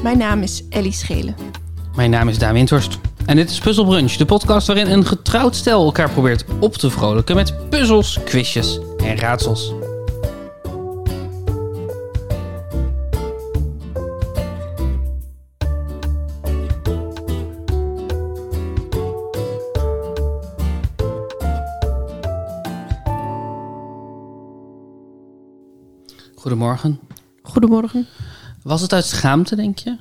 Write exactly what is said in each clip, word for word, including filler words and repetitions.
Mijn naam is Ellie Schelen. Mijn naam is Daan Windhorst. En dit is Puzzle Brunch, de podcast waarin een getrouwd stel elkaar probeert op te vrolijken met puzzels, quizjes en raadsels. Goedemorgen. Goedemorgen. Was het uit schaamte, denk je?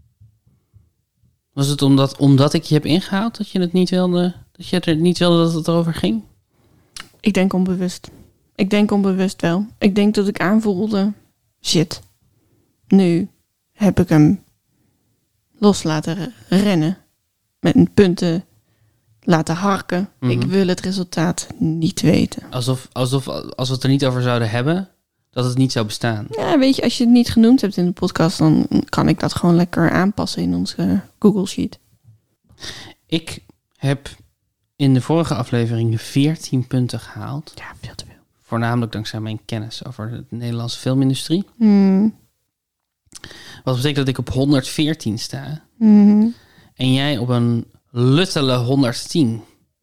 Was het omdat, omdat ik je heb ingehaald dat je het niet wilde, dat je het niet wilde dat het erover ging? Ik denk onbewust. Ik denk onbewust wel. Ik denk dat ik aanvoelde, shit, nu heb ik hem los laten rennen. Met punten laten harken. Mm-hmm. Ik wil het resultaat niet weten. Alsof, alsof als we het er niet over zouden hebben, dat het niet zou bestaan. Ja, weet je, als je het niet genoemd hebt in de podcast, dan kan ik dat gewoon lekker aanpassen in onze Google Sheet. Ik heb in de vorige aflevering veertien punten gehaald. Ja, veel te veel. Voornamelijk dankzij mijn kennis over de Nederlandse filmindustrie. Hmm. Wat betekent dat ik op honderdveertien sta. Hmm. En jij op een luttele honderdtien.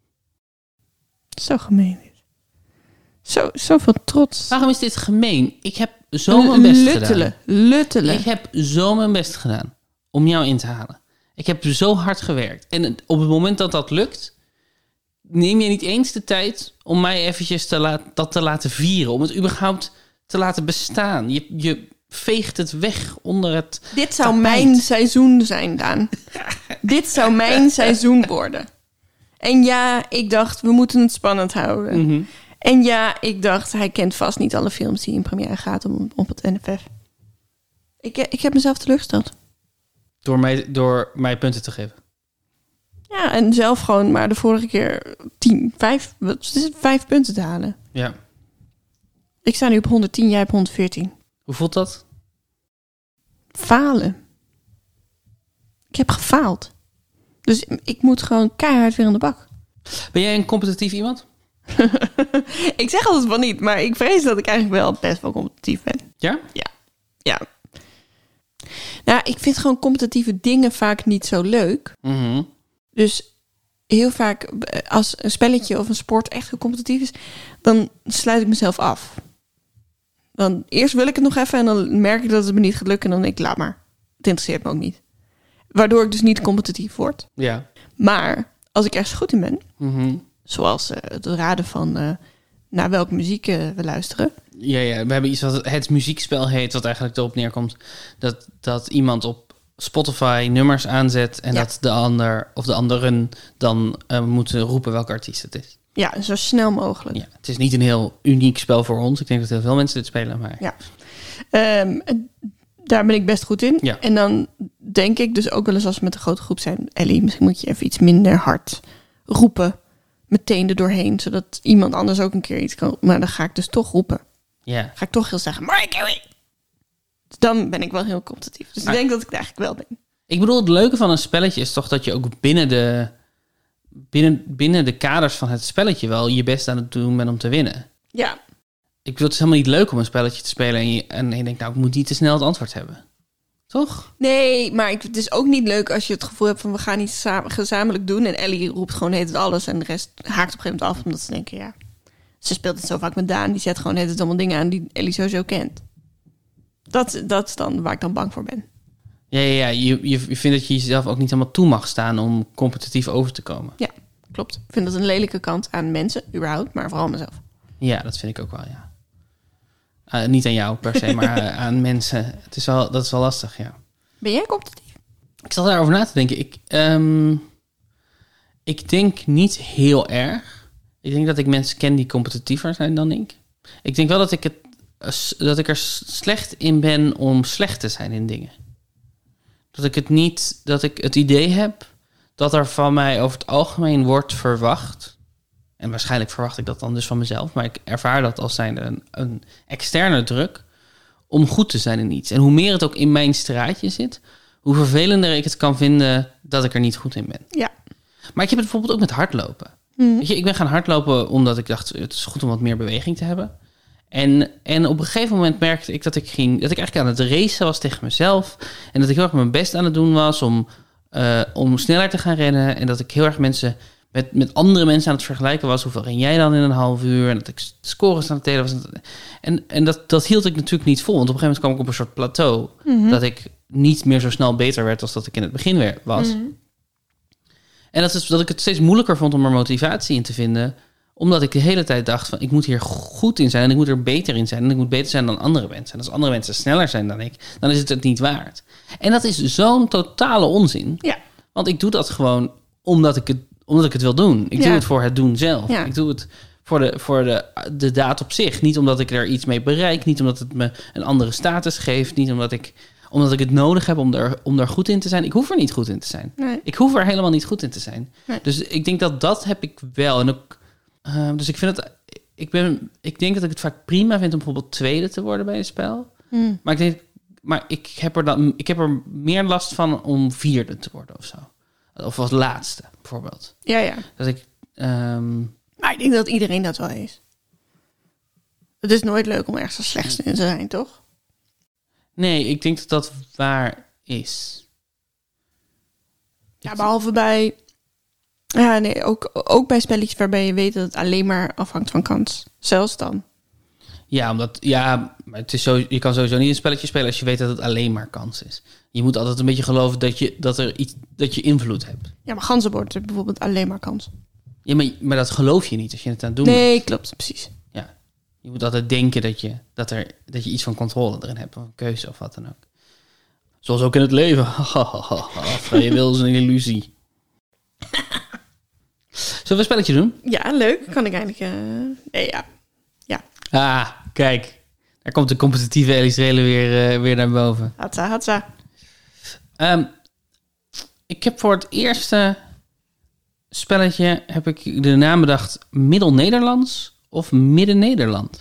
Zo gemeen. Zo, zoveel trots. Waarom is dit gemeen? Ik heb zo mijn best luttelen, gedaan. Luttelen. Ik heb zo mijn best gedaan om jou in te halen. Ik heb zo hard gewerkt. En op het moment dat dat lukt, neem je niet eens de tijd om mij eventjes te laat, dat te laten vieren. Om het überhaupt te laten bestaan. Je, je veegt het weg onder het Dit zou tapijt. Mijn seizoen zijn, Daan. Dit zou mijn seizoen worden. En ja, ik dacht, we moeten het spannend houden. Mm-hmm. En ja, ik dacht, hij kent vast niet alle films die in première gaat op, op het N F F. Ik, ik heb mezelf teleurgesteld. Door mij, door mij punten te geven. Ja, en zelf gewoon maar de vorige keer tien, vijf, wat is het, vijf punten te halen. Ja. Ik sta nu op honderdtien, jij op honderdveertien. Hoe voelt dat? Falen. Ik heb gefaald. Dus ik moet gewoon keihard weer aan de bak. Ben jij een competitief iemand? Ik zeg altijd van niet, maar ik vrees dat ik eigenlijk wel best wel competitief ben. Ja? Ja. Ja. Nou, ik vind gewoon competitieve dingen vaak niet zo leuk. Mm-hmm. Dus heel vaak als een spelletje of een sport echt heel competitief is, dan sluit ik mezelf af. Dan eerst wil ik het nog even en dan merk ik dat het me niet gaat lukken en dan denk ik, laat maar. Het interesseert me ook niet. Waardoor ik dus niet competitief word. Ja. Maar als ik ergens goed in ben, Mm-hmm. zoals uh, het raden van uh, naar welke muziek uh, we luisteren. Ja, ja, we hebben iets wat het muziekspel heet, wat eigenlijk erop neerkomt dat, dat iemand op Spotify nummers aanzet en ja. dat de ander of de anderen dan uh, moeten roepen welke artiest het is. Ja, zo snel mogelijk. Ja, het is niet een heel uniek spel voor ons. Ik denk dat heel veel mensen dit spelen, maar ja. Um, daar ben ik best goed in. Ja. En dan denk ik dus ook wel eens als we met een grote groep zijn, Ellie, misschien moet je even iets minder hard roepen. Meteen er doorheen, zodat iemand anders ook een keer iets kan. Maar dan ga ik dus toch roepen. Ja. Ga ik toch heel zeggen, Mariah. Dus dan ben ik wel heel competitief. Dus ah. ik denk dat ik het eigenlijk wel ben. Ik bedoel, het leuke van een spelletje is toch dat je ook binnen de, binnen, binnen de kaders van het spelletje wel je best aan het doen bent om te winnen. Ja. Ik bedoel, het is helemaal niet leuk om een spelletje te spelen en je, en je denkt, nou, ik moet niet te snel het antwoord hebben. Toch? Nee, maar het is ook niet leuk als je het gevoel hebt van we gaan iets samen, gezamenlijk doen. En Ellie roept gewoon heet het alles en de rest haakt op een gegeven moment af. Omdat ze denken, ja, ze speelt het zo vaak met Daan. Die zet gewoon heet het allemaal dingen aan die Ellie sowieso kent. Dat, dat is dan waar ik dan bang voor ben. Ja, ja, ja. Je, je vindt dat je jezelf ook niet helemaal toe mag staan om competitief over te komen. Ja, klopt. Ik vind dat een lelijke kant aan mensen, überhaupt, maar vooral mezelf. Ja, dat vind ik ook wel, ja. Uh, niet aan jou per se, maar uh, aan mensen. Het is wel, dat is wel lastig, ja. Ben jij competitief? Ik zat daarover na te denken. Ik, um, ik denk niet heel erg. Ik denk dat ik mensen ken die competitiever zijn dan ik. Ik denk wel dat ik, het, dat ik er slecht in ben om slecht te zijn in dingen. Dat ik het niet, dat ik het idee heb dat er van mij over het algemeen wordt verwacht. En waarschijnlijk verwacht ik dat dan dus van mezelf. Maar ik ervaar dat als zijnde een, een externe druk om goed te zijn in iets. En hoe meer het ook in mijn straatje zit, hoe vervelender ik het kan vinden dat ik er niet goed in ben. Ja. Maar ik heb het bijvoorbeeld ook met hardlopen. Mm. Weet je, ik ben gaan hardlopen omdat ik dacht, het is goed om wat meer beweging te hebben. En, en op een gegeven moment merkte ik dat ik ging, dat ik eigenlijk aan het racen was tegen mezelf. En dat ik heel erg mijn best aan het doen was om, uh, om sneller te gaan rennen. En dat ik heel erg mensen met, met andere mensen aan het vergelijken was. Hoeveel ren jij dan in een half uur? En dat ik scores aan het delen was. En, en dat, dat hield ik natuurlijk niet vol. Want op een gegeven moment kwam ik op een soort plateau. Mm-hmm. Dat ik niet meer zo snel beter werd als dat ik in het begin was. Mm-hmm. En dat is dat ik het steeds moeilijker vond om er motivatie in te vinden. Omdat ik de hele tijd dacht van ik moet hier goed in zijn en ik moet er beter in zijn. En ik moet beter zijn dan andere mensen. En als andere mensen sneller zijn dan ik, dan is het het niet waard. En dat is zo'n totale onzin. Ja. Want ik doe dat gewoon omdat ik het, omdat ik het wil doen. Ik ja. doe het voor het doen zelf. Ja. Ik doe het voor, de, voor de, de daad op zich. Niet omdat ik er iets mee bereik. Niet omdat het me een andere status geeft. Niet omdat ik, omdat ik het nodig heb om er, om er goed in te zijn. Ik hoef er niet goed in te zijn. Nee. Ik hoef er helemaal niet goed in te zijn. Nee. Dus ik denk dat dat heb ik wel. En ook... Uh, dus ik vind het, ik ben, ik denk dat ik het vaak prima vind om bijvoorbeeld tweede te worden bij een spel. Mm. Maar ik denk, maar ik heb er dan, ik heb er meer last van om vierde te worden of zo, of als laatste bijvoorbeeld. Ja, ja. Dat ik. Um... Maar ik denk dat iedereen dat wel is. Het is nooit leuk om ergens de slechtste in te zijn, toch? Nee, ik denk dat dat waar is. Ja, behalve bij. Ja, nee, ook, ook bij spelletjes waarbij je weet dat het alleen maar afhangt van kans. Zelfs dan. Ja, omdat ja, maar het is zo, je kan sowieso niet een spelletje spelen als je weet dat het alleen maar kans is. Je moet altijd een beetje geloven dat je, dat er iets, dat je invloed hebt. Ja, maar ganzenbord is bijvoorbeeld alleen maar kans. Ja, maar, maar dat geloof je niet als je het aan het doen Nee, bent. klopt, precies. Ja, je moet altijd denken dat je, dat, er, dat je iets van controle erin hebt, of een keuze of wat dan ook. Zoals ook in het leven. Vrije wil is een illusie. Zullen we een spelletje doen? Ja, leuk. Kan ik eigenlijk... Uh... Nee, ja. ja. Ah, kijk. Daar komt de competitieve Elise Relen weer, uh, weer naar boven. Hatsa, hatsa. Um, ik heb voor het eerste spelletje... heb ik de naam bedacht Middel-Nederlands of Midden-Nederland.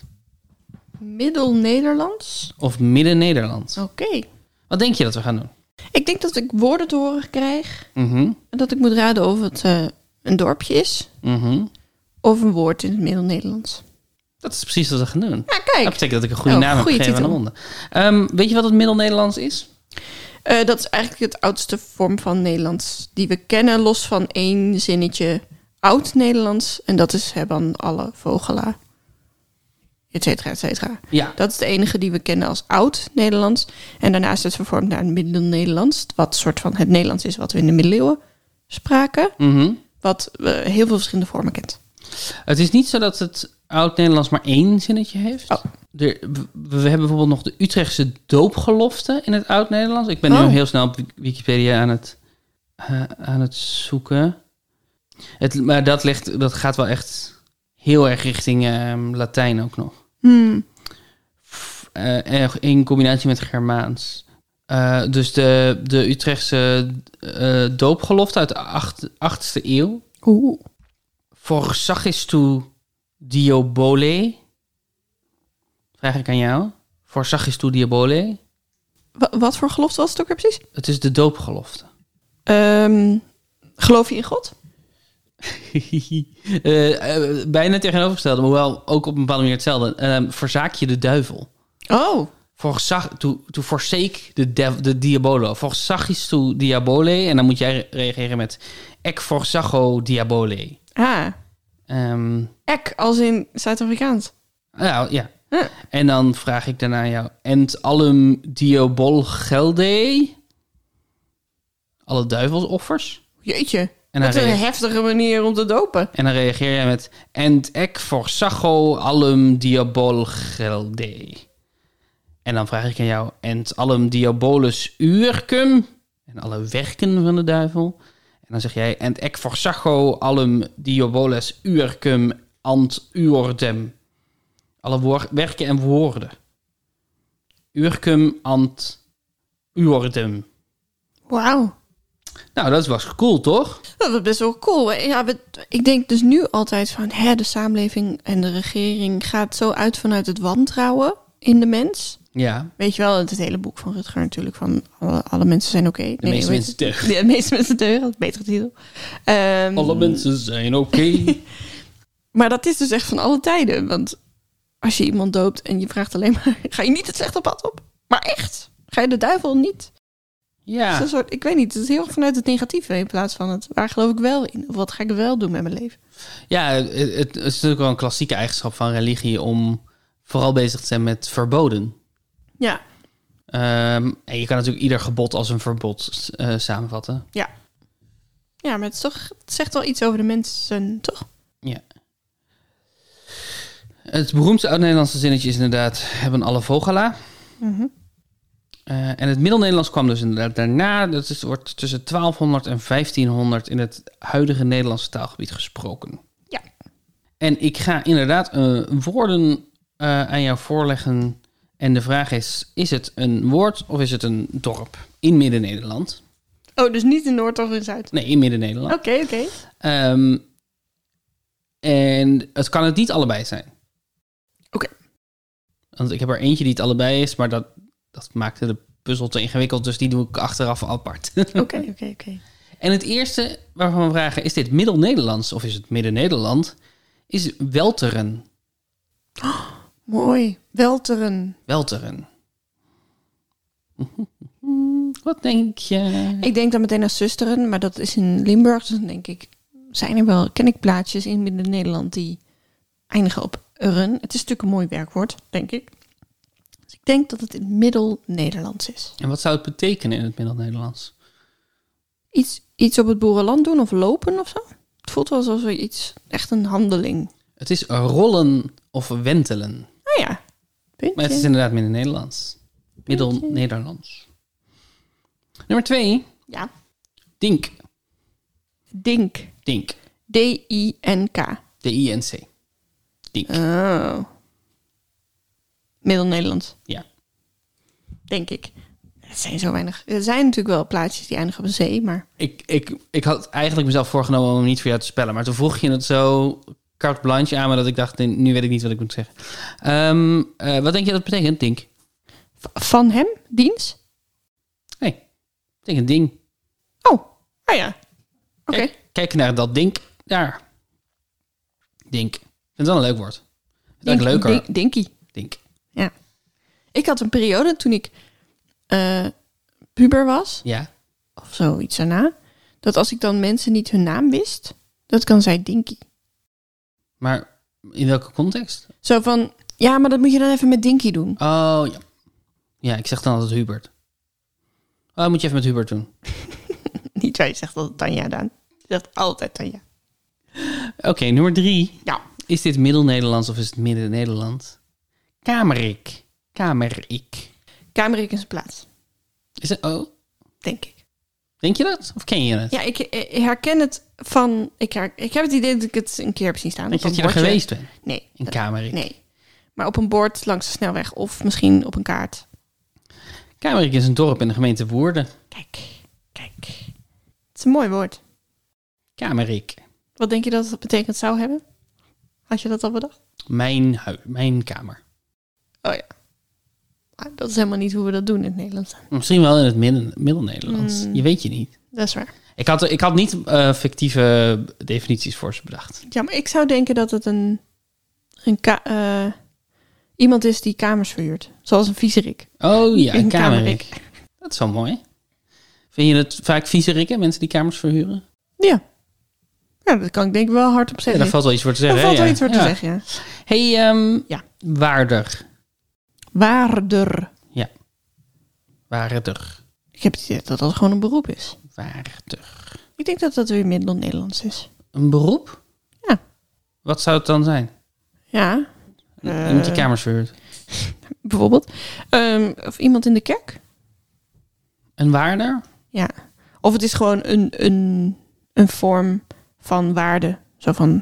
Middel-Nederlands? Of Midden-Nederland. Oké. Okay. Wat denk je dat we gaan doen? Ik denk dat ik woorden te horen krijg. Mm-hmm. En dat ik moet raden of het... Uh... een dorpje is, mm-hmm. of een woord in het Middel-Nederlands. Dat is precies wat we gaan doen. Ja, kijk. Dat betekent dat ik een goede oh, naam heb gegeven aan de ronde. Um, weet je wat het Middel-Nederlands is? Uh, dat is eigenlijk het oudste vorm van Nederlands die we kennen, los van één zinnetje Oud-Nederlands. En dat is hebben alle vogelaar, et cetera, et cetera. Ja. Dat is de enige die we kennen als Oud-Nederlands. En daarnaast is het vervormd naar het Middel-Nederlands, wat soort van het Nederlands is wat we in de middeleeuwen spraken. Mm-hmm. Wat uh, heel veel verschillende vormen kent. Het is niet zo dat het Oud-Nederlands maar één zinnetje heeft. Oh. Er, we, we hebben bijvoorbeeld nog de Utrechtse doopgelofte in het Oud-Nederlands. Ik ben oh. nu heel snel op Wikipedia aan het, uh, aan het zoeken. Het, maar dat, ligt, dat gaat wel echt heel erg richting uh, Latijn ook nog. Hmm. F, uh, in combinatie met Germaans. Uh, dus de, de Utrechtse uh, doopgelofte uit de acht, achtste eeuw. Oeh. Forsagistu diabole. Vraag ik aan jou. Forsagistu diabole. W- wat voor gelofte was het ook weer precies? Het is de doopgelofte. Um, geloof je in God? uh, uh, bijna tegenovergestelde, maar wel ook op een bepaalde manier hetzelfde. Uh, verzaak je de duivel. Oh. Forsag, to, to forsake de, dev, de diabolo. Forsagistu diabole. En dan moet jij reageren met ec forsago diabole. Ah. Um, Ek, als in Zuid-Afrikaans. Nou, ja. Huh. En dan vraag ik daarna jou... Ent allum diabol gelde? Alle duivelsoffers? Jeetje. En Wat een rea- heftige manier om te dopen. En dan reageer jij met... Ent ec forsago allum diabol gelde? En dan vraag ik aan jou... Ent allum diabolus uercum? En alle werken van de duivel... En dan zeg jij, ent ec forsago allum diabolus uercum ant uordem. Alle woor- werken en woorden. Uercum ant uordem. Wauw. Nou, dat was cool, toch? Dat was best wel cool. Ja, we, ik denk dus nu altijd van... Hè, de samenleving en de regering gaat zo uit vanuit het wantrouwen in de mens... Ja. Weet je wel, het hele boek van Rutger natuurlijk... van alle, alle mensen zijn oké. Okay. De meeste nee, mensen deugen. De meeste mensen deugen, betere titel. Um, alle mensen zijn oké. Okay. Maar dat is dus echt van alle tijden. Want als je iemand doopt en je vraagt alleen maar... Ga je niet het slechte pad op? Maar echt? Ga je de duivel niet? Ja. Het is een soort, ik weet niet, het is heel erg vanuit het negatieve in plaats van het... Waar geloof ik wel in? Of wat ga ik wel doen met mijn leven? Ja, het, het is natuurlijk wel een klassieke eigenschap van religie om vooral bezig te zijn met verboden. Ja. Um, en je kan natuurlijk ieder gebod als een verbod uh, samenvatten. Ja. Ja, maar het, is toch, het zegt wel iets over de mensen, toch? Ja. Het beroemdste oud-Nederlandse zinnetje is inderdaad... hebben alle vogela. Mm-hmm. Uh, en het Middel-Nederlands kwam dus inderdaad daarna. Dat is, wordt tussen twaalfhonderd en vijftienhonderd in het huidige Nederlandse taalgebied gesproken. Ja. En ik ga inderdaad uh, woorden uh, aan jou voorleggen. En de vraag is, is het een woord of is het een dorp in Midden-Nederland? Oh, dus niet in Noord of in Zuid? Nee, in Midden-Nederland. Oké, okay, oké. Okay. Um, en het kan het niet allebei zijn. Oké. Okay. Want ik heb er eentje die het allebei is, maar dat, dat maakte de puzzel te ingewikkeld. Dus die doe ik achteraf apart. Oké, oké, oké. Okay. En het eerste waarvan we vragen, is dit Middel-Nederlands of is het Midden-Nederland? Is welteren. Oh, mooi, welteren. Welteren. Wat denk je? Ik denk dan meteen aan Susteren, maar dat is in Limburg. Dus dan denk ik, zijn er wel, ken ik plaatjes in Midden-Nederland die eindigen op eren. Het is natuurlijk een mooi werkwoord, denk ik. Dus ik denk dat het in Middel-Nederlands is. En wat zou het betekenen in het Middel-Nederlands? Iets, iets op het boerenland doen of lopen of zo? Het voelt wel alsof we iets, echt een handeling. Het is rollen of wentelen. Ah ja, puntje. Maar het is inderdaad Midden-Nederlands. Middel-Nederlands. Nummer twee. Ja. Dink. Dink. Dink. D I N K. D I N C. Dink. Oh. Middel-Nederlands. Ja. Denk ik. Het zijn zo weinig. Er zijn natuurlijk wel plaatsjes die eindigen op een zee, maar... Ik, ik, ik had eigenlijk mezelf voorgenomen om hem niet voor jou te spellen. Maar toen vroeg je het zo carte blanche aan me dat ik dacht, nu weet ik niet wat ik moet zeggen. Um, uh, wat denk je dat het betekent, Dink? Van hem? Diens? Nee, het betekent ding. Oh, ah ja. Oké. Okay. Kijk, kijk naar dat dink daar. Dink. Ik vind het wel een leuk woord. Dink, leuker. Dink, dinky. Dink. Ja. Ik had een periode toen ik uh, puber was. Ja. Of zoiets daarna. Dat als ik dan mensen niet hun naam wist, dat kan zij Dinky. Maar in welke context? Zo van, ja, maar dat moet je dan even met Dinky doen. Oh, ja. Ja, ik zeg dan altijd Hubert. Oh, dat moet je even met Hubert doen. Niet wij zegt altijd Tanja dan. Je zegt altijd Tanja. Oké, okay, nummer drie. Ja. Is dit Middel-Nederlands of is het Midden-Nederland? Kamerik. Kamerik. Kamerik is een plaats. Is het? Oh. Denk ik. Denk je dat? Of ken je het? Ja, ik, ik herken het van... Ik, her, ik heb het idee dat ik het een keer heb zien staan. Dat je, je er geweest bent? Nee. In Kamerik? Nee. Maar op een bord langs de snelweg of misschien op een kaart. Kamerik is een dorp in de gemeente Woerden. Kijk, kijk. Het is een mooi woord. Kamerik. Wat denk je dat het betekend zou hebben? Had je dat al bedacht? Mijn huis, mijn kamer. Oh ja. Maar dat is helemaal niet hoe we dat doen in het Nederlands. Misschien wel in het midden, Middel-Nederlands. Mm, je weet je niet. Dat is waar. Ik had, ik had niet uh, fictieve definities voor ze bedacht. Ja, maar ik zou denken dat het een, een ka- uh, iemand is die kamers verhuurt. Zoals een viezerik. Oh ja, een kamerik. Dat is wel mooi. Vind je het vaak viezerikken, mensen die kamers verhuren? Ja. Ja, dat kan ik denk ik wel hard op zeggen. Ja, daar valt wel iets voor te zeggen. Daar valt wel ja. iets voor ja. te zeggen, ja. Hey, um, ja. waarder. Waarder. Ja. Waarder. Ik heb het idee dat dat gewoon een beroep is. Waarder. Ik denk dat dat weer Middel-Nederlands is. Een beroep? Ja. Wat zou het dan zijn? Ja. Uh, iemand die kamers verhuurt. Bijvoorbeeld. Um, of iemand in de kerk. Een waarder? Ja. Of het is gewoon een, een, een vorm van waarde. Zo van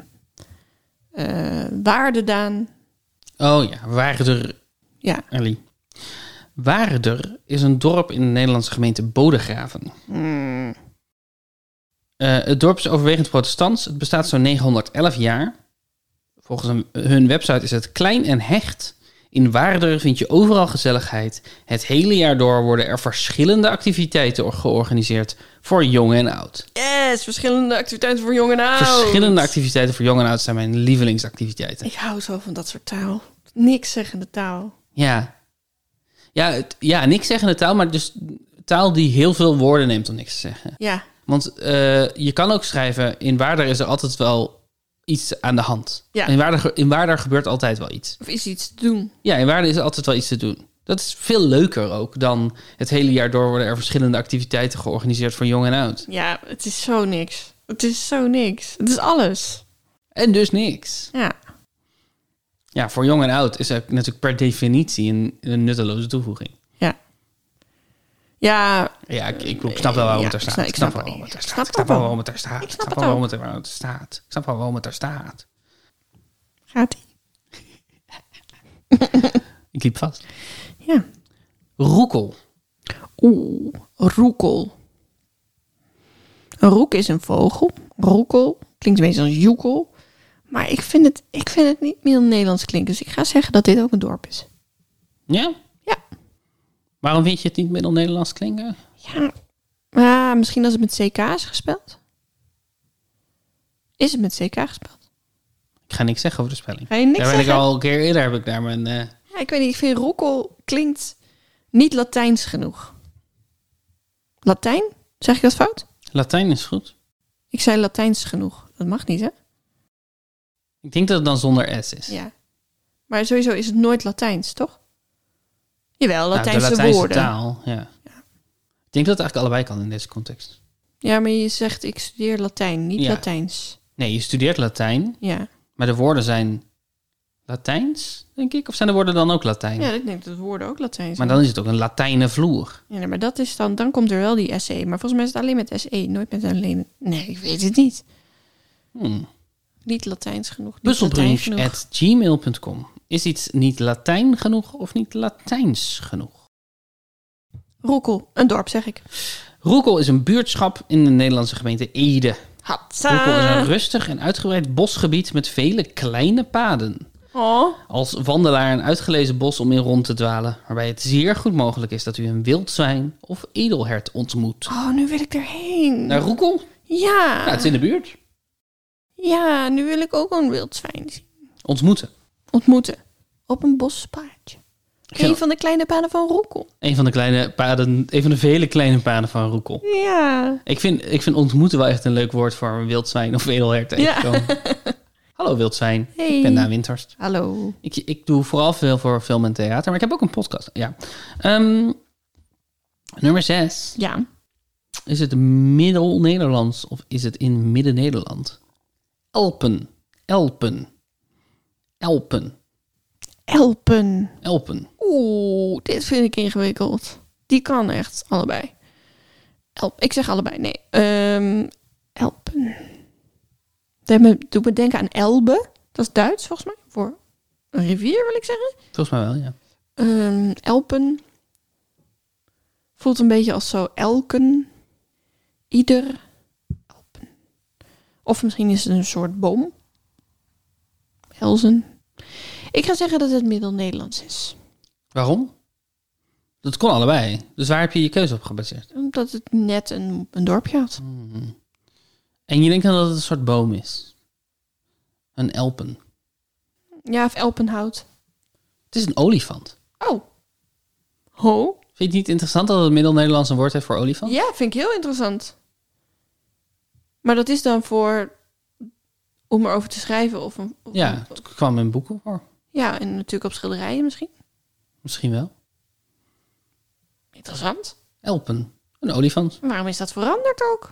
uh, waarde Daan. Oh ja, waarder. Ja. Ellie. Waarder is een dorp in de Nederlandse gemeente Bodegraven. Mm. Uh, het dorp is overwegend protestants. Het bestaat zo'n negenhonderdelf jaar. Volgens een, hun website is het klein en hecht. In Waarder vind je overal gezelligheid. Het hele jaar door worden er verschillende activiteiten georganiseerd voor jong en oud. Yes, verschillende activiteiten voor jong en oud. Verschillende activiteiten voor jong en oud zijn mijn lievelingsactiviteiten. Ik hou zo van dat soort taal. Niks zeggende taal. Ja. Ja, het, ja, niks zeggende taal, maar dus taal die heel veel woorden neemt om niks te zeggen. Ja. Want uh, je kan ook schrijven, in Waarder is er altijd wel iets aan de hand. Ja. In Waarder, in Waarder gebeurt altijd wel iets. Of is iets te doen. Ja, in Waarder is er altijd wel iets te doen. Dat is veel leuker ook dan het hele jaar door worden er verschillende activiteiten georganiseerd voor jong en oud. Ja, het is zo niks. Het is zo niks. Het is alles. En dus niks. Ja. Ja, voor jong en oud is er natuurlijk per definitie een, een nutteloze toevoeging. Ja. Ja. Ja, ik, ik, ik snap wel waarom ja, het er staat. Ik snap, Ik snap wel wel waarom het er Ik staat. snap Ik snap wel wel. waarom het er staat. Ik Ik snap snap het wel ook. waarom het er waarom het er staat. Ik snap wel waarom het er staat. Gaat-ie? Ik liep vast. Ja. Roekel. Oeh, roekel. Een roek is een vogel. Roekel klinkt meestal als joekel. Maar ik vind het, ik vind het niet meer Nederlands klinken. Dus ik ga zeggen dat dit ook een dorp is. Ja? Ja. Waarom vind je het niet Middel-Nederlands klinken? Ja. Ah, misschien als het met C K is gespeld. Is het met C K gespeld? Ik ga niks zeggen over de spelling. Ga je niks Daar ben ik zeggen? al een keer eerder, heb ik daar mijn... Uh... Ja, ik weet niet, ik vind roekel klinkt niet Latijns genoeg. Latijn? Zeg ik dat fout? Latijn is goed. Ik zei Latijns genoeg. Dat mag niet, hè? Ik denk dat het dan zonder S is. Ja. Maar sowieso is het nooit Latijns, toch? Jawel, Latijnse nou, de Latijnse woorden. taal, ja. ja. Ik denk dat het eigenlijk allebei kan in deze context. Ja, maar je zegt ik studeer Latijn, niet Ja. Latijns. Nee, je studeert Latijn, Ja. maar de woorden zijn Latijns, denk ik? Of zijn de woorden dan ook Latijn? Ja, ik denk dat de woorden ook Latijns Maar zijn. dan is het ook een Latijnen vloer. Ja, nee, maar dat is dan, dan komt er wel die S E. Maar volgens mij is het alleen met S E, nooit met alleen... Nee, ik weet het niet. Hmm. Niet Latijns genoeg. Niet Latijn genoeg. busselbrunch at gmail punt com. Is iets niet Latijn genoeg of niet Latijns genoeg? Roekel, een dorp zeg ik. Roekel is een buurtschap in de Nederlandse gemeente Ede. Hatsa. Roekel is een rustig en uitgebreid bosgebied met vele kleine paden. Oh. Als wandelaar een uitgelezen bos om in rond te dwalen, waarbij het zeer goed mogelijk is dat u een wildzwijn of edelhert ontmoet. Oh, nu wil ik erheen. Naar Roekel? Ja. Ja, het is in de buurt. Ja, nu wil ik ook een wildzwijn zien. Ontmoeten. Ontmoeten. Op een bospaadje. Ik vind Een van de kleine paden van Roekel. een van de kleine paden, een van de vele kleine paden van Roekel. Ja. Ik vind, ik vind ontmoeten wel echt een leuk woord voor een wildzwijn of edelhert tegenkomen. Ja. Hallo wildzwijn, Hey. ik ben Daan Windhorst. Hallo. Ik, ik doe vooral veel voor film en theater, maar ik heb ook een podcast. Ja. Um, nummer zes. Ja. Is het Middel-Nederlands of is het in Midden-Nederland? Elpen. Elpen. Elpen. Elpen. Elpen. Oeh, dit vind ik ingewikkeld. Die kan echt, allebei. Elp. Ik zeg allebei, nee. Um, Elpen. Dat doet me denken aan Elbe. Dat is Duits, volgens mij. Voor een rivier, wil ik zeggen. Volgens mij wel, ja. Um, Elpen. Voelt een beetje als zo elken. Ieder. Elpen. Of misschien is het een soort boom. Elzen. Ik ga zeggen dat het Middel-Nederlands is. Waarom? Dat kon allebei. Dus waar heb je je keuze op gebaseerd? Omdat het net een, een dorpje had. Hmm. En je denkt dan dat het een soort boom is? Een elpen. Ja, of elpenhout. Het is een olifant. Oh. Ho? Vind je het niet interessant dat het Middel-Nederlands een woord heeft voor olifant? Ja, vind ik heel interessant. Maar dat is dan voor... om erover te schrijven of... Een, of Ja, een- het kwam in boeken voor. ja, en natuurlijk op schilderijen misschien. Misschien wel. Interessant. Elpen. Een olifant. Waarom is dat veranderd ook?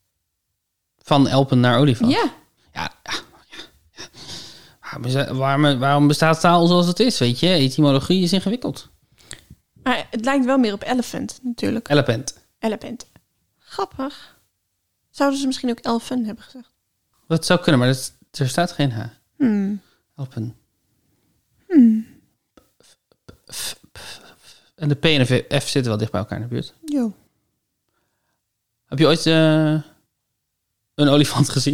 Van elpen naar olifant. Ja. Ja, ja, ja, ja. Waarom, is, waarom, waarom bestaat taal zoals het is, weet je? Etymologie is ingewikkeld. Maar het lijkt wel meer op elephant natuurlijk. Elephant. Elephant. Grappig. Zouden ze misschien ook elfen hebben gezegd? Dat zou kunnen, maar dat, er staat geen H. Hmm. Elpen. Hmm. En de P en de F zitten wel dicht bij elkaar in de buurt. Jo. Heb je ooit uh, een olifant gezien?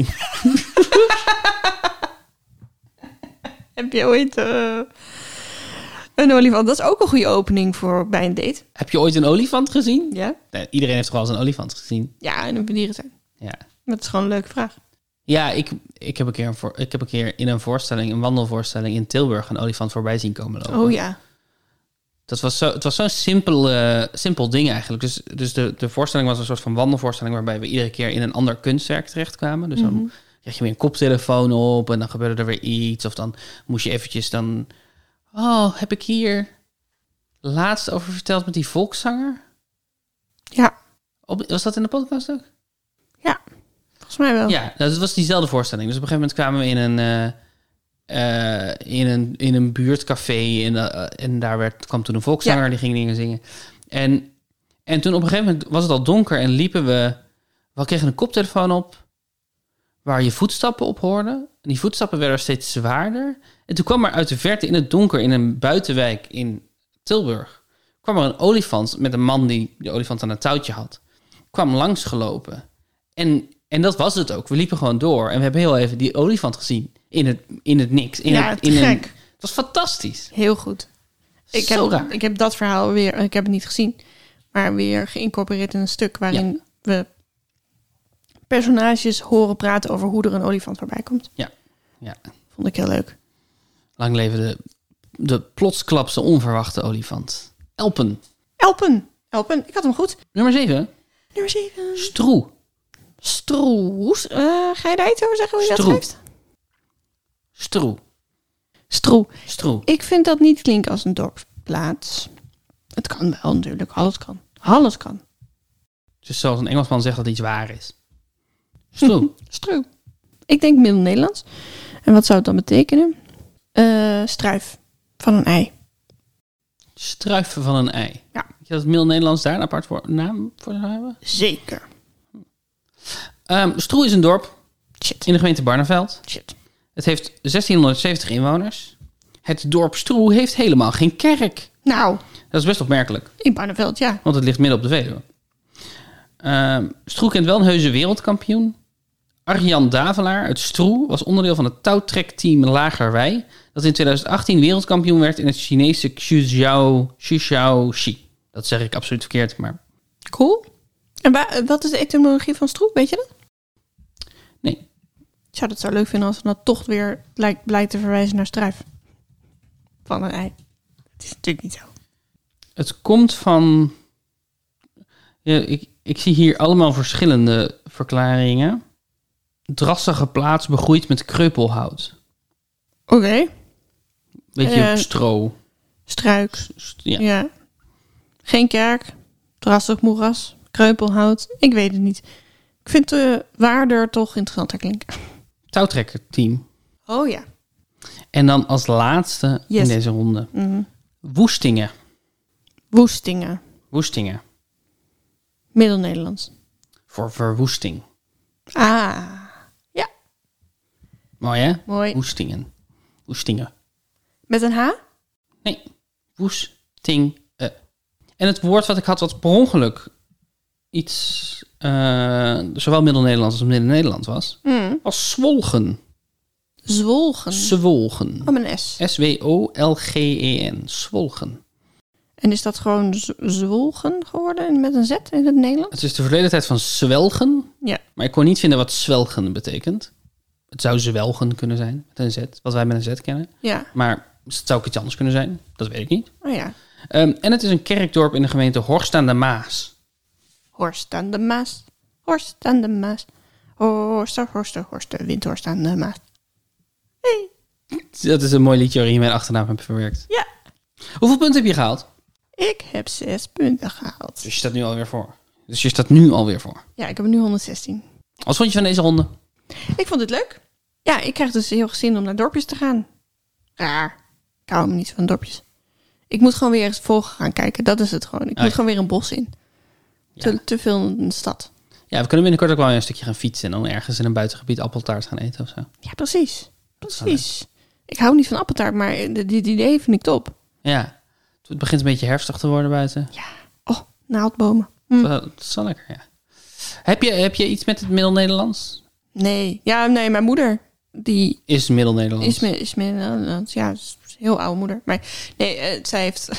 Heb je ooit uh, een olifant? Dat is ook een goede opening voor bij een date. Heb je ooit een olifant gezien? Ja? Nee, iedereen heeft toch wel eens een olifant gezien? Ja, en een dieren zijn. Ja. Dat is gewoon een leuke vraag. Ja, ik, ik, heb een keer een voor, ik heb een keer in een voorstelling, een wandelvoorstelling in Tilburg, een olifant voorbij zien komen lopen. Oh ja. Dat was zo, het was zo'n simpel, uh, simpel ding eigenlijk. Dus, dus de, de voorstelling was een soort van wandelvoorstelling waarbij we iedere keer in een ander kunstwerk terechtkwamen. Dus dan Mm-hmm. kreeg je weer een koptelefoon op en dan gebeurde er weer iets. Of dan moest je eventjes dan... Oh, heb ik hier laatst over verteld met die volkszanger? Ja. Op, was dat in de podcast ook? Ja, volgens mij wel. Ja, dat was diezelfde voorstelling. Dus op een gegeven moment kwamen we in een... Uh, Uh, in, een, in een buurtcafé en, uh, en daar werd, kwam toen een volkszanger, ja. Die ging dingen zingen. En, en toen op een gegeven moment was het al donker en liepen we... We kregen een koptelefoon op waar je voetstappen op hoorde. En die voetstappen werden steeds zwaarder. En toen kwam er uit de verte in het donker in een buitenwijk in Tilburg... kwam er een olifant met een man die de olifant aan een touwtje had. Kwam langsgelopen. En, en dat was het ook. We liepen gewoon door en we hebben heel even die olifant gezien... In het, in het niks. In ja, het, in gek. Een, het was fantastisch. Heel goed. Ik Zo heb, raar. ik heb dat verhaal weer, ik heb het niet gezien, maar weer geïncorporeerd in een stuk waarin ja. we personages horen praten over hoe er een olifant voorbij komt. Ja. ja. Vond ik heel leuk. Lang leven de, de plotsklapse onverwachte olifant. Elpen. Elpen. Elpen. Ik had hem goed. Nummer zeven. Nummer zeven. Stroe. Stroe. Uh, ga je daar iets over zeggen hoe je Stroe. dat schrijft? Stroe. Stroe. Stroe. Ik vind dat niet klinken als een dorpsplaats. Het kan wel natuurlijk. Alles kan. Alles kan. Dus zoals een Engelsman zegt dat iets waar is. Stroe. Stroe. Ik denk Middel-Nederlands. En wat zou het dan betekenen? Uh, struif van een ei. Struiven van een ei. Ja. Weet je dat Middel-Nederlands daar een apart voor, naam voor zou hebben? Zeker. Um, Stroe is een dorp. Shit. In de gemeente Barneveld. Shit. Het heeft zestienhonderdzeventig inwoners. Het dorp Stroe heeft helemaal geen kerk. Nou. Dat is best opmerkelijk. In Barneveld, ja. Want het ligt midden op de Veluwe. Uh, Stroe kent wel een heuse wereldkampioen. Arjan Davelaar uit Stroe was onderdeel van het touwtrekteam Lagerwei... dat in twintig achttien wereldkampioen werd in het Chinese Xuzhou Xuzhou-Shi. Dat zeg ik absoluut verkeerd, maar... Cool. En wa- wat is de etymologie van Stroe? Weet je dat? Nee. Ik zou het zo leuk vinden als we dat toch weer lijkt, blijkt te verwijzen naar struif. Van een ei. Het is natuurlijk niet zo. Het komt van... Ja, ik, ik zie hier allemaal verschillende verklaringen. Drassige plaats begroeid met kreupelhout. Oké. Okay. Beetje uh, stro. Struik. St- ja. ja. Geen kerk. Drassig moeras. Kreupelhout. Ik weet het niet. Ik vind de waarder toch interessanter klinken. Touwtrekkerteam. Oh ja. En dan als laatste yes. in deze ronde. Mm. Woestingen. Woestingen. Woestingen. Middel-Nederlands. Voor verwoesting. Ah. Ja. Mooi hè? Mooi. Woestingen. Woestingen. Met een H? Nee. Woesting. Uh. En het woord wat ik had wat per ongeluk iets... Uh, zowel Middel-Nederlands als Midden-Nederland was... Mm. was zwolgen. Zwolgen? Zwolgen. Oh, met een S. S W O L G E N. Zwolgen. En is dat gewoon z- zwolgen geworden met een Z in het Nederlands? Het is de verleden tijd van zwelgen. Ja. Maar ik kon niet vinden wat zwelgen betekent. Het zou zwelgen kunnen zijn, met een Z. Wat wij met een Z kennen. Ja. Maar het zou ook iets anders kunnen zijn. Dat weet ik niet. Oh ja. Um, en het is een kerkdorp in de gemeente Horst aan de Maas. Horst aan de Maas. Horst aan de Maas. Horst, Horst, Horst, Windhorst aan de Maas. Hey. Dat is een mooi liedje waarin je mijn achternaam hebt verwerkt. Ja. Hoeveel punten heb je gehaald? Ik heb zes punten gehaald. Dus je staat nu alweer voor. Dus je staat nu alweer voor. Ja, ik heb er nu honderdzestien. Wat vond je van deze ronde? Ik vond het leuk. Ja, ik krijg dus heel veel zin om naar dorpjes te gaan. Raar. Ik hou me niet van dorpjes. Ik moet gewoon weer eens volgen gaan kijken. Dat is het gewoon. Ik oh, moet ja. gewoon weer een bos in. Te, Ja. te veel in de stad. Ja, we kunnen binnenkort ook wel weer een stukje gaan fietsen... en dan ergens in een buitengebied appeltaart gaan eten of zo. Ja, precies. Precies. Ik hou niet van appeltaart, maar dit idee vind ik top. Ja, het begint een beetje herfstig te worden buiten. Ja. Oh, naaldbomen. Hm. Dat is wel lekker, ja. Heb je, heb je iets met het Middel-Nederlands? Nee. Ja, nee, mijn moeder, die Is Middel-Nederlands. is, me, is Nederlands. Ja, is een heel oude moeder. Maar nee, uh, zij heeft...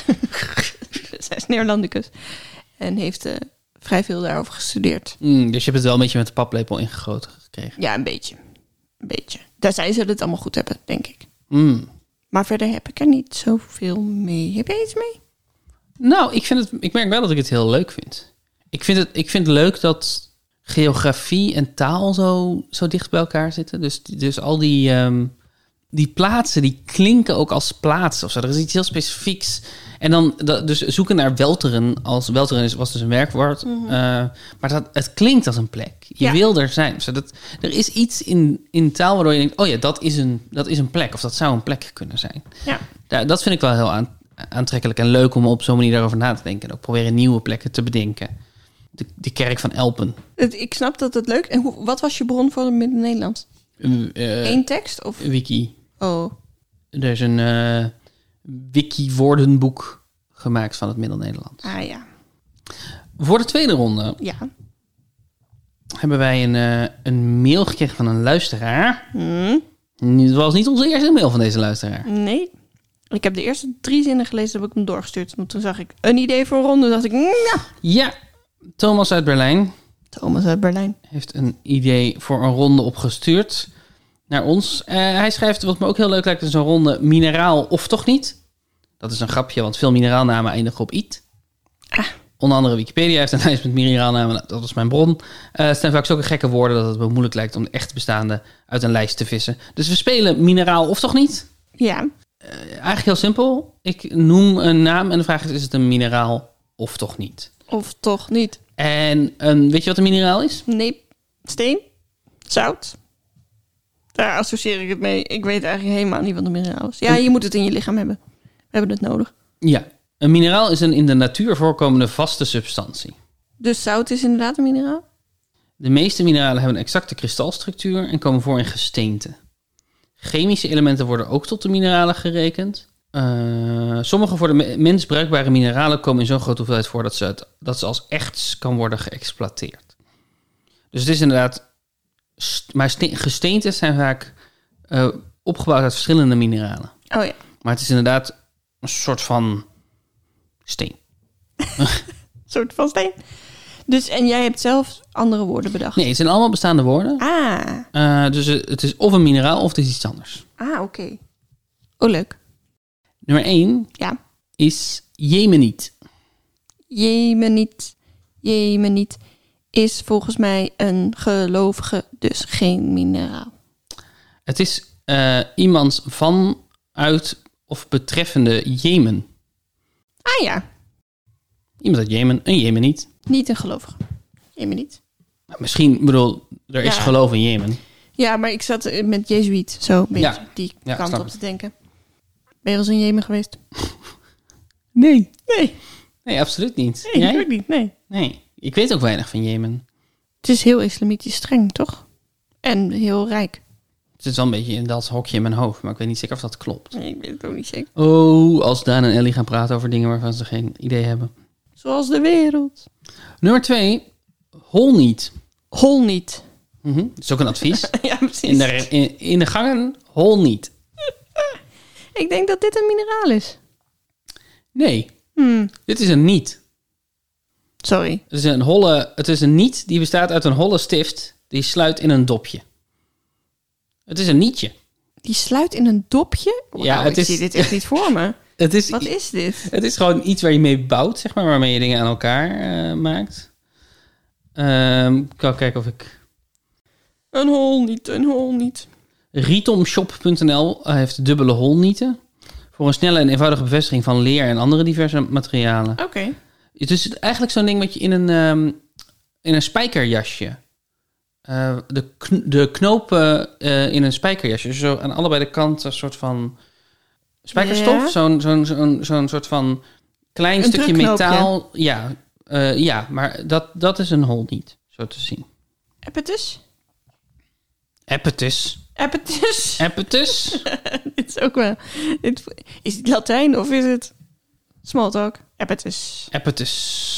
zij is Neerlandicus. En heeft uh, vrij veel daarover gestudeerd. Mm, dus je hebt het wel een beetje met de paplepel ingegoten gekregen. Ja, een beetje. Een beetje. Daar zij zullen het allemaal goed hebben, denk ik. Mm. Maar verder heb ik er niet zoveel mee. Heb jij iets mee? Nou, ik, vind het, ik merk wel dat ik het heel leuk vind. Ik vind het, ik vind het leuk dat geografie en taal zo, zo dicht bij elkaar zitten. Dus, dus al die, um, die plaatsen, die klinken ook als plaats of zo. Er is iets heel specifieks. En dan dus zoeken naar Welteren. Als Welteren is, was dus een werkwoord. Mm-hmm. Uh, maar dat, het klinkt als een plek. Je ja. wil er zijn. Dus dat, er is iets in, in taal waardoor je denkt... oh ja, dat is, een, dat is een plek. Of dat zou een plek kunnen zijn. Ja. Ja, dat vind ik wel heel aan, aantrekkelijk en leuk om op zo'n manier daarover na te denken. En ook proberen nieuwe plekken te bedenken. De, de kerk van Elpen. Het, ik snap dat het leuk... En hoe, wat was je bron voor het Midden-Nederlands? Uh, uh, Eén tekst? Of? Wiki. Oh. Er is een... Uh, wiki-woordenboek gemaakt van het Middel-Nederlands. Ah ja. Voor de tweede ronde ja. hebben wij een, uh, een mail gekregen van een luisteraar. Hmm. Het was niet onze eerste mail van deze luisteraar. Nee. Ik heb de eerste drie zinnen gelezen, heb ik hem doorgestuurd. Want toen zag ik een idee voor een ronde. Dacht ik, ja. Ja, Thomas uit Berlijn. Thomas uit Berlijn. Heeft een idee voor een ronde opgestuurd naar ons. Uh, hij schrijft, wat me ook heel leuk lijkt, is een ronde mineraal of toch niet. Dat is een grapje, want veel mineraalnamen eindigen op iet. Ah. Onder andere Wikipedia heeft een lijst met mineraalnamen. Dat was mijn bron. Uh, het zijn vaak zulke gekke woorden dat het wel moeilijk lijkt om de echt bestaande uit een lijst te vissen. Dus we spelen mineraal of toch niet? Ja. Uh, eigenlijk heel simpel. Ik noem een naam en de vraag is, is het een mineraal of toch niet? Of toch niet. En um, weet je wat een mineraal is? Nee. Steen? Zout? Daar associeer ik het mee. Ik weet eigenlijk helemaal niet wat een mineraal is. Ja, je moet het in je lichaam hebben. We hebben het nodig. Ja, een mineraal is een in de natuur voorkomende vaste substantie. Dus zout is inderdaad een mineraal? De meeste mineralen hebben een exacte kristalstructuur en komen voor in gesteenten. Chemische elementen worden ook tot de mineralen gerekend. Uh, sommige voor de mens bruikbare mineralen komen in zo'n grote hoeveelheid voor dat ze, het, dat ze als echts kan worden geëxploiteerd. Dus het is inderdaad... St- maar ste- gesteenten zijn vaak uh, opgebouwd uit verschillende mineralen. Oh ja. Maar het is inderdaad een soort van steen. Een soort van steen. Dus, en jij hebt zelf andere woorden bedacht? Nee, het zijn allemaal bestaande woorden. Ah. Uh, dus het is of een mineraal of het is iets anders. Ah, oké. Okay. Oh, leuk. Nummer één ja. is Jemeniet. Jemeniet. Jemeniet is volgens mij een gelovige, dus geen mineraal. Het is uh, iemand vanuit of betreffende Jemen. Ah ja. Iemand uit Jemen, een Jemeniet. Niet een gelovige. Jemeniet. Nou, misschien, bedoel, er is ja. geloof in Jemen. Ja, maar ik zat met Jezuïet zo een beetje ja. die ja, kant op het. te denken. Ben je wel eens in Jemen geweest? Nee. Nee. Nee, absoluut niet. Nee, Jij? ik ook niet. Nee. Nee, ik weet ook weinig van Jemen. Het is heel islamitisch streng, toch? En heel rijk. Het zit wel een beetje in dat hokje in mijn hoofd, maar ik weet niet zeker of dat klopt. Nee, ik weet het ook niet zeker. Oh, als Daan en Ellie gaan praten over dingen waarvan ze geen idee hebben. Zoals de wereld. Nummer twee, hol niet. Hol niet. Mm-hmm. Dat is ook een advies. Ja, precies. In de, in, in de gangen, hol niet. Ik denk dat dit een mineraal is. Nee, hmm. dit is een niet. Sorry. Het is een holle, het is een niet die bestaat uit een holle stift die sluit in een dopje. Het is een nietje. Die sluit in een dopje? Wow, ja, het ik is, zie dit echt niet voor me. Het is, Wat is dit? Het is gewoon iets waar je mee bouwt, zeg maar, waarmee je dingen aan elkaar uh, maakt. Um, ik kan kijken of ik... Een hol niet, een hol niet. Ritomshop punt n l heeft dubbele holnieten. Voor een snelle en eenvoudige bevestiging van leer en andere diverse materialen. Oké. Okay. Het is eigenlijk zo'n ding wat je in een, um, in een spijkerjasje... Uh, de, kn- de knopen uh, in een spijkerjasje. Dus zo aan allebei de kanten een soort van spijkerstof. Ja. Zo'n, zo'n, zo'n, zo'n soort van klein een stukje metaal. Ja, uh, ja, maar dat, dat is een hol niet, zo te zien. Epetus? Epetus. Epetus. Epetus. Dit is ook wel... Dit, is het Latijn of is het smalltalk? Epetus. Epetus.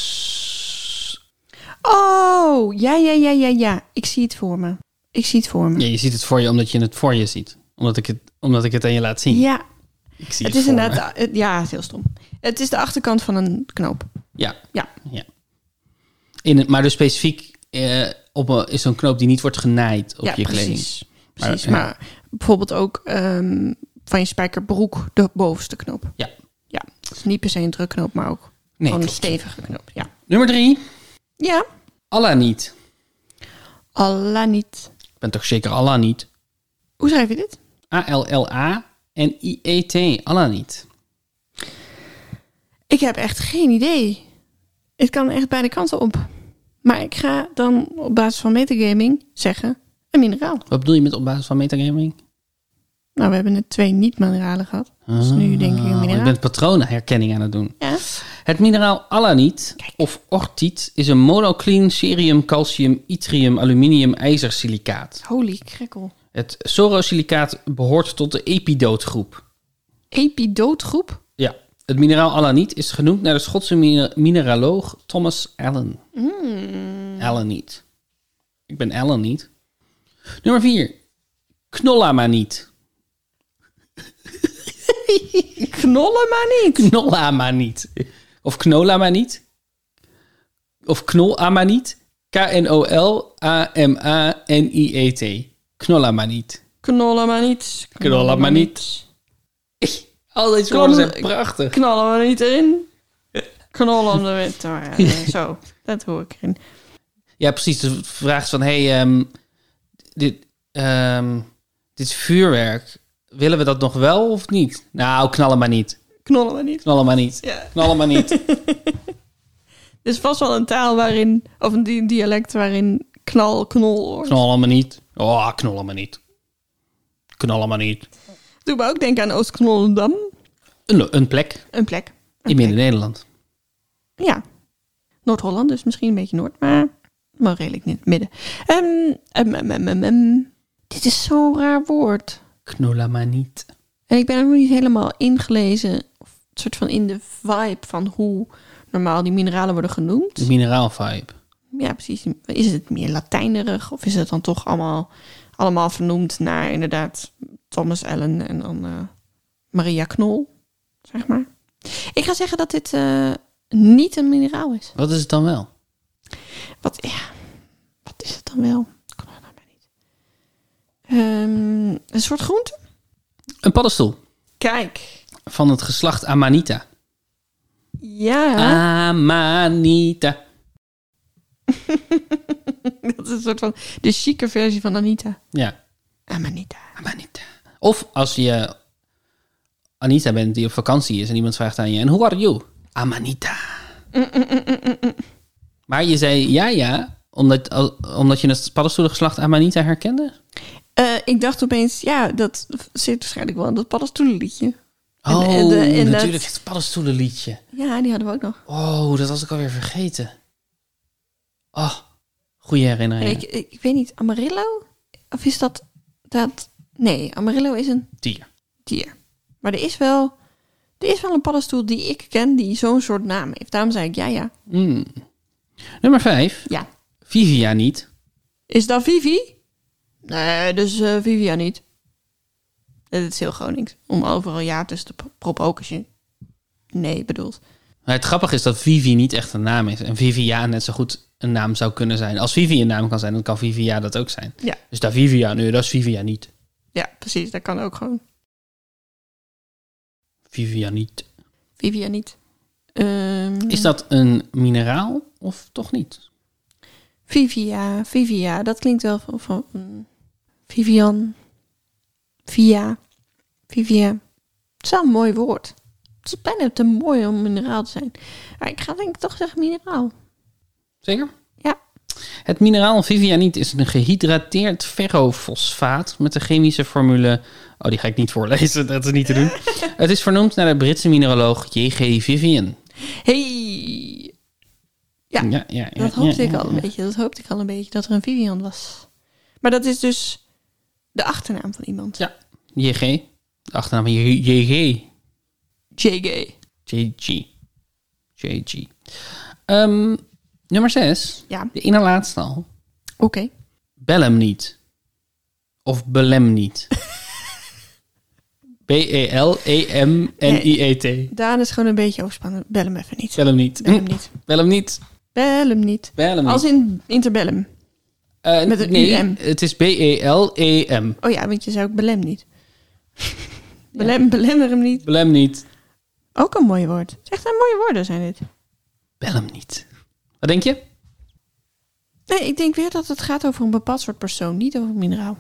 Oh, ja, ja, ja, ja, ja. Ik zie het voor me. Ik zie het voor me. Ja, je ziet het voor je omdat je het voor je ziet. Omdat ik het, omdat ik het aan je laat zien. Ja. Ik zie het, het is inderdaad... Het, ja, het is heel stom. Het is de achterkant van een knoop. Ja. Ja. ja. In het, maar dus specifiek uh, op een, is zo'n knoop die niet wordt genaaid op ja, je precies. kleding. Precies. precies. Maar, Maar, ja. bijvoorbeeld ook um, van je spijkerbroek de bovenste knoop. Ja. Ja, dus niet per se een drukknoop, maar ook Nee, gewoon een klopt. stevige knoop. Ja. Nummer drie. Ja. Allah niet. Allah niet. Ik ben toch zeker Allah niet? Hoe schrijf je dit? A L L A N I E T. Allah niet. Ik heb echt geen idee. Het kan echt beide kanten op. Maar ik ga dan op basis van metagaming zeggen een mineraal. Wat bedoel je met op basis van metagaming? Nou, we hebben net twee niet-mineralen gehad. Dus nu denk ik een Je mineraal. bent patroonherkenning aan het doen. Ja. Het mineraal alaniet of ortiet is een monocleen cerium, calcium, yttrium, aluminium, ijzersilicaat. Holy krekkel. Het sorosilicaat behoort tot de epidootgroep. Epidootgroep? Ja, het mineraal alaniet is genoemd naar de Schotse mine- mineraloog Thomas Allen. Mm. Alaniet. Ik ben Allen niet. Nummer vier. Knollamaniet. Knollen maar niet. Knollamaniet. Of knollamaniet. Of knolamaniet. K N O L A M A N I E T. Knollamaniet. Knollen maar niet. Knollen maar niet. Al deze woorden zijn prachtig. Knallen maar niet erin. Knollen er weer. Oh ja, zo, dat hoor ik erin. Ja, precies. De vraag is van, hey, um, dit, um, dit vuurwerk, willen we dat nog wel of niet? Nou, knallen maar niet. Knollen maar niet. Knallen maar niet. Ja. Knallen maar niet. Er is vast wel een taal waarin, of een di- dialect waarin knal, knol wordt. Knallen maar niet. Oh, knallen maar niet. Knallen maar niet. Doe me ook denken aan Oost-Knollendam. Een, een plek Een plek. Een in plek. Midden-Nederland. Ja. Noord-Holland, dus misschien een beetje Noord, maar, maar redelijk in het midden. Um, um, um, um, um, um. Dit is zo'n raar woord. Knollen maar niet. En ik ben er nog niet helemaal ingelezen, of een soort van in de vibe van hoe normaal die mineralen worden genoemd. De mineraalvibe. Ja, precies. Is het meer Latijnerig of is het dan toch allemaal, allemaal vernoemd naar inderdaad Thomas Allen en dan uh, Maria Knol, zeg maar. Ik ga zeggen dat dit uh, niet een mineraal is. Wat is het dan wel? Wat, ja, wat is het dan wel? Ik kan het nou maar niet. Um, een soort groente? Een paddenstoel. Kijk. Van het geslacht Amanita. Ja. Amanita. Dat is een soort van de chique versie van Anita. Ja. Amanita. Amanita. Of als je Anita bent die op vakantie is en iemand vraagt aan je, en hoe are you? Amanita. Mm, mm, mm, mm, mm. Maar je zei ja, ja, omdat, al- omdat je het paddenstoelengeslacht Amanita herkende? Uh, ik dacht opeens, ja, dat zit waarschijnlijk wel in dat paddenstoelenliedje. En- Oh, en de- en dat- natuurlijk het paddenstoelenliedje. Ja, die hadden we ook nog. Oh, dat was ik alweer vergeten. Oh, goede En herinnering. ik, ik, ik weet niet, Amarillo? Of is dat, dat... Nee, Amarillo is een Dier. dier. Maar er is wel, er is wel een paddenstoel die ik ken die zo'n soort naam heeft. Daarom zei ik, ja, ja. Mm. Nummer vijf. Ja. Vivia niet. Is dat Vivi? Nee, dus uh, Vivia niet. Dat is heel Gronings. Om overal ja tussen te pro- proppen ook als je nee bedoelt. Maar het grappige is dat Vivi niet echt een naam is. En Vivia net zo goed een naam zou kunnen zijn. Als Vivi een naam kan zijn, dan kan Vivia dat ook zijn. Ja. Dus daar Vivia, nee, dat is Vivia niet. Ja, precies. Dat kan ook gewoon. Vivia niet. Vivia niet. Um, Is dat een mineraal of toch niet? Vivia, Vivia. Dat klinkt wel van... van mm, Vivian. Via. Vivia. Het is wel een mooi woord. Het is bijna te mooi om mineraal te zijn. Maar ik ga denk ik toch zeggen mineraal. Zeker? Ja. Het mineraal vivianiet is een gehydrateerd ferrofosfaat met de chemische formule... Oh, die ga ik niet voorlezen, dat is niet te doen. Het is vernoemd naar de Britse mineraloog J G Vivian. Hey. Ja, ja, ja, ja, dat hoopte ja, ik ja, al een ja. beetje. Dat hoopte ik al een beetje, dat er een Vivian was. Maar dat is dus de achternaam van iemand. Ja, J G. De achternaam van J G. J G. J G. J G. Um, nummer zes. Ja, De ene laatste al. oké. Okay. Bel hem niet. Of belem niet. B E L E M N I E T. Daan is gewoon een beetje overspannen. Bel hem even niet. Bel hem niet. Bel hem niet. Bel hem niet. Bel hem niet. Bel hem Als niet. in interbellum. Uh, Met een nee, U M. het is B E L E M. Oh ja, want je zei ook belem niet. Belem, belemmer hem niet. Belem niet. Ook een mooi woord. Zeg, dat mooie woorden zijn dit. Bel hem niet. Wat denk je? Nee, ik denk weer dat het gaat over een bepaald soort persoon, niet over een mineraal.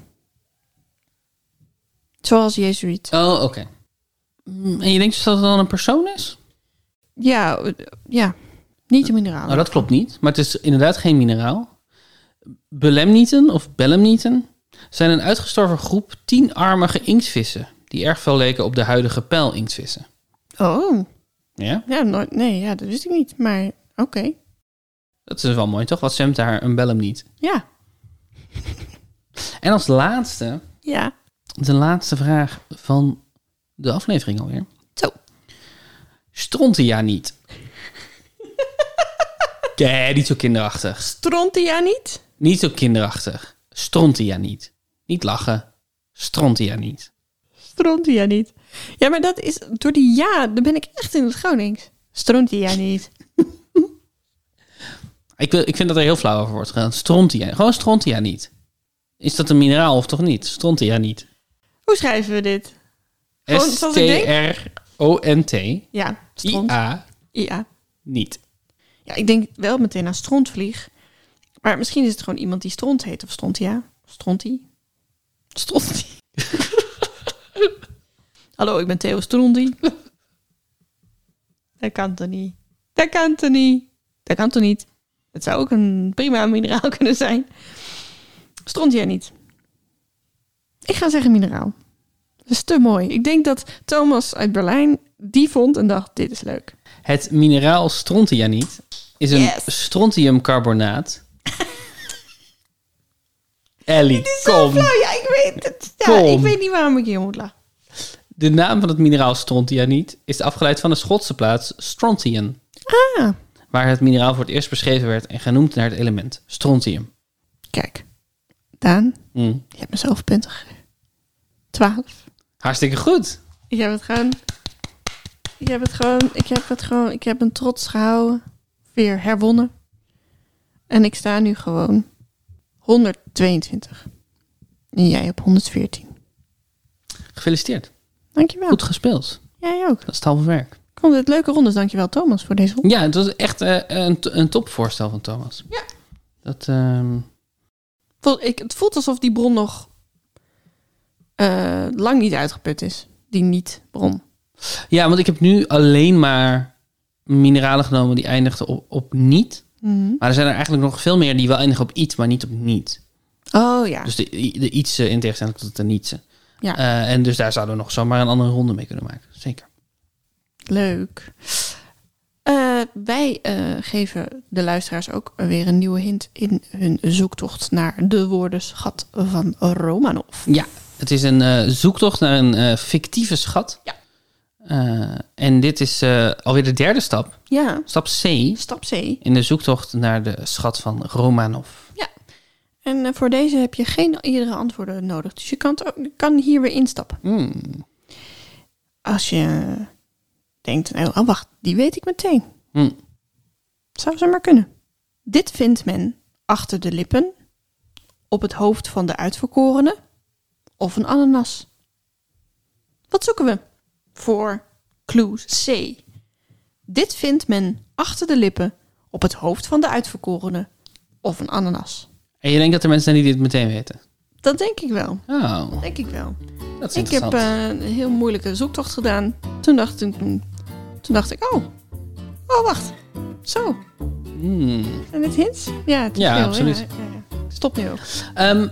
Zoals Jezuïet. Oh, oké. Okay. En je denkt dus dat het dan een persoon is? Ja, ja. Niet een mineraal. Nou, dat klopt niet. Maar het is inderdaad geen mineraal. Belemnieten of belemnieten zijn een uitgestorven groep tienarmige inktvissen die erg veel leken op de huidige pijlinktvissen. Oh. Ja? Ja, nooit, nee, ja, dat wist ik niet. Maar oké. Okay. Dat is wel mooi, toch? Wat zwemt daar een belemniet? Ja. En als laatste... Ja. De laatste vraag van de aflevering alweer. Zo. Strontia niet. Kijk, niet zo kinderachtig. Strontia niet? Niet zo kinderachtig. Strontia niet. Niet lachen. Strontia niet. Strontia niet. Ja, maar dat is door die ja, dan ben ik echt in het Gronings. Strontia niet. ik, wil, ik vind dat er heel flauw over wordt gedaan. Strontia. Gewoon strontia niet. Is dat een mineraal of toch niet? Strontia niet. Hoe schrijven we dit? S T R O N T Ja, I A I A niet. Ja, ik denk wel meteen aan strontvlieg. Maar misschien is het gewoon iemand die stront heet. Of strontia. Strontie. Strontie. Hallo, ik ben Theo Strontie. Dat kan toch niet? Dat kan toch niet? Dat kan toch niet? Het zou ook een prima mineraal kunnen zijn. Strontia niet. Ik ga zeggen mineraal. Dat is te mooi. Ik denk dat Thomas uit Berlijn die vond en dacht, dit is leuk. Het mineraal strontianiet is een Yes. strontiumcarbonaat. Ellie, Dit is zo kom. flauw. Ja, ik weet het. Ja, Kom. ik weet niet waarom ik hier moet lachen. De naam van het mineraal strontianiet is afgeleid van de Schotse plaats Strontian, Ah, waar het mineraal voor het eerst beschreven werd en genoemd naar het element strontium. kijk. Daan, Mm. je hebt me zoveel punten gegeven. Twaalf. Hartstikke goed. Ik heb het gewoon... Ik heb het gewoon... Ik heb het gewoon... Ik heb een trots gehouden. Weer herwonnen. En ik sta nu gewoon honderdtweeëntwintig. En jij op honderdveertien. Gefeliciteerd. Dankjewel. Goed gespeeld. Jij ook. Dat is het halve werk. Ik vond het leuke rondes. Dankjewel Thomas voor deze ronde. Ja, het was echt uh, een, een topvoorstel van Thomas. Ja. Dat, uh... Vol- ik, het voelt alsof die bron nog uh, lang niet uitgeput is. Die niet-bron. Ja, want ik heb nu alleen maar mineralen genomen die eindigden op, op niet. Mm-hmm. Maar er zijn er eigenlijk nog veel meer die wel eindigen op iets, maar niet op niet. Oh ja. Dus de, de iets in tegenstelling tot de nietsen. Ja. Uh, en dus daar zouden we nog zomaar een andere ronde mee kunnen maken. Zeker. Leuk. Uh, wij uh, geven de luisteraars ook weer een nieuwe hint in hun zoektocht naar de woordenschat van Romanov. Ja, het is een uh, zoektocht naar een uh, fictieve schat. Ja. Uh, en dit is uh, alweer de derde stap. Ja. Stap C. Stap C. In de zoektocht naar de schat van Romanov. Ja. En uh, voor deze heb je geen eerdere antwoorden nodig. Dus je kan, het ook, je kan hier weer instappen. Mm. Als je denkt, nou, oh wacht, die weet ik meteen. Mm. Zou ze maar kunnen. Dit vindt men achter de lippen, op het hoofd van de uitverkorene of een ananas. Wat zoeken we voor clue C? Dit vindt men achter de lippen, op het hoofd van de uitverkorene of een ananas. En je denkt dat er mensen zijn die dit meteen weten? Dat denk ik wel. Oh, Denk ik wel. dat is Ik heb interessant. uh, een heel moeilijke zoektocht gedaan. Toen dacht ik, toen, toen dacht ik oh, oh wacht, zo. Mm. Zijn dit hints? Ja, het is Ja, veel, absoluut. Ja, ja, ja. Stop nu ook. Um,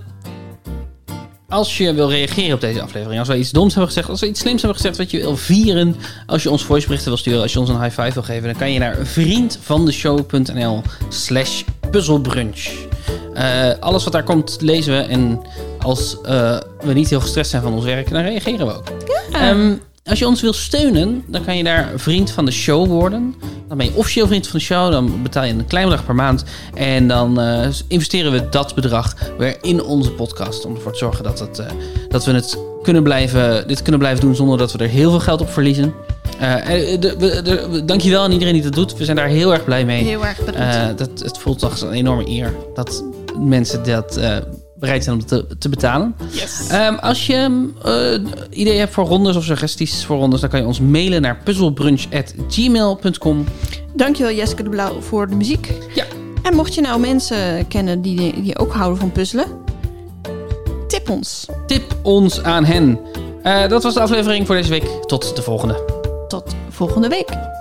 als je wil reageren op deze aflevering, als we iets doms hebben gezegd, als we iets slims hebben gezegd wat je wil vieren, als je ons voiceberichten wil sturen, als je ons een high five wil geven, dan kan je naar vriendvandeshow.nl slash puzzelbrunch. Uh, alles wat daar komt, lezen we. En als uh, we niet heel gestrest zijn van ons werk, dan reageren we ook. Ja. Um, als je ons wil steunen, dan kan je daar vriend van de show worden. Dan ben je officieel vriend van de show. Dan betaal je een klein bedrag per maand. En dan uh, investeren we dat bedrag weer in onze podcast. Om ervoor te zorgen dat, het, uh, dat we het kunnen blijven, dit kunnen blijven doen zonder dat we er heel veel geld op verliezen. Uh, de, de, de, dankjewel aan iedereen die dat doet. We zijn daar heel erg blij mee. Heel erg bedankt. Uh, dat, het voelt als een enorme eer dat, mensen dat uh, bereid zijn om te, te betalen. Yes. Um, als je uh, ideeën hebt voor rondes of suggesties voor rondes, dan kan je ons mailen naar puzzelbrunch at gmail dot com. Dankjewel Jeske de Blauw voor de muziek. Ja. En mocht je nou mensen kennen die, die ook houden van puzzelen, tip ons. Tip ons aan hen. Uh, dat was de aflevering voor deze week. Tot de volgende. Tot volgende week.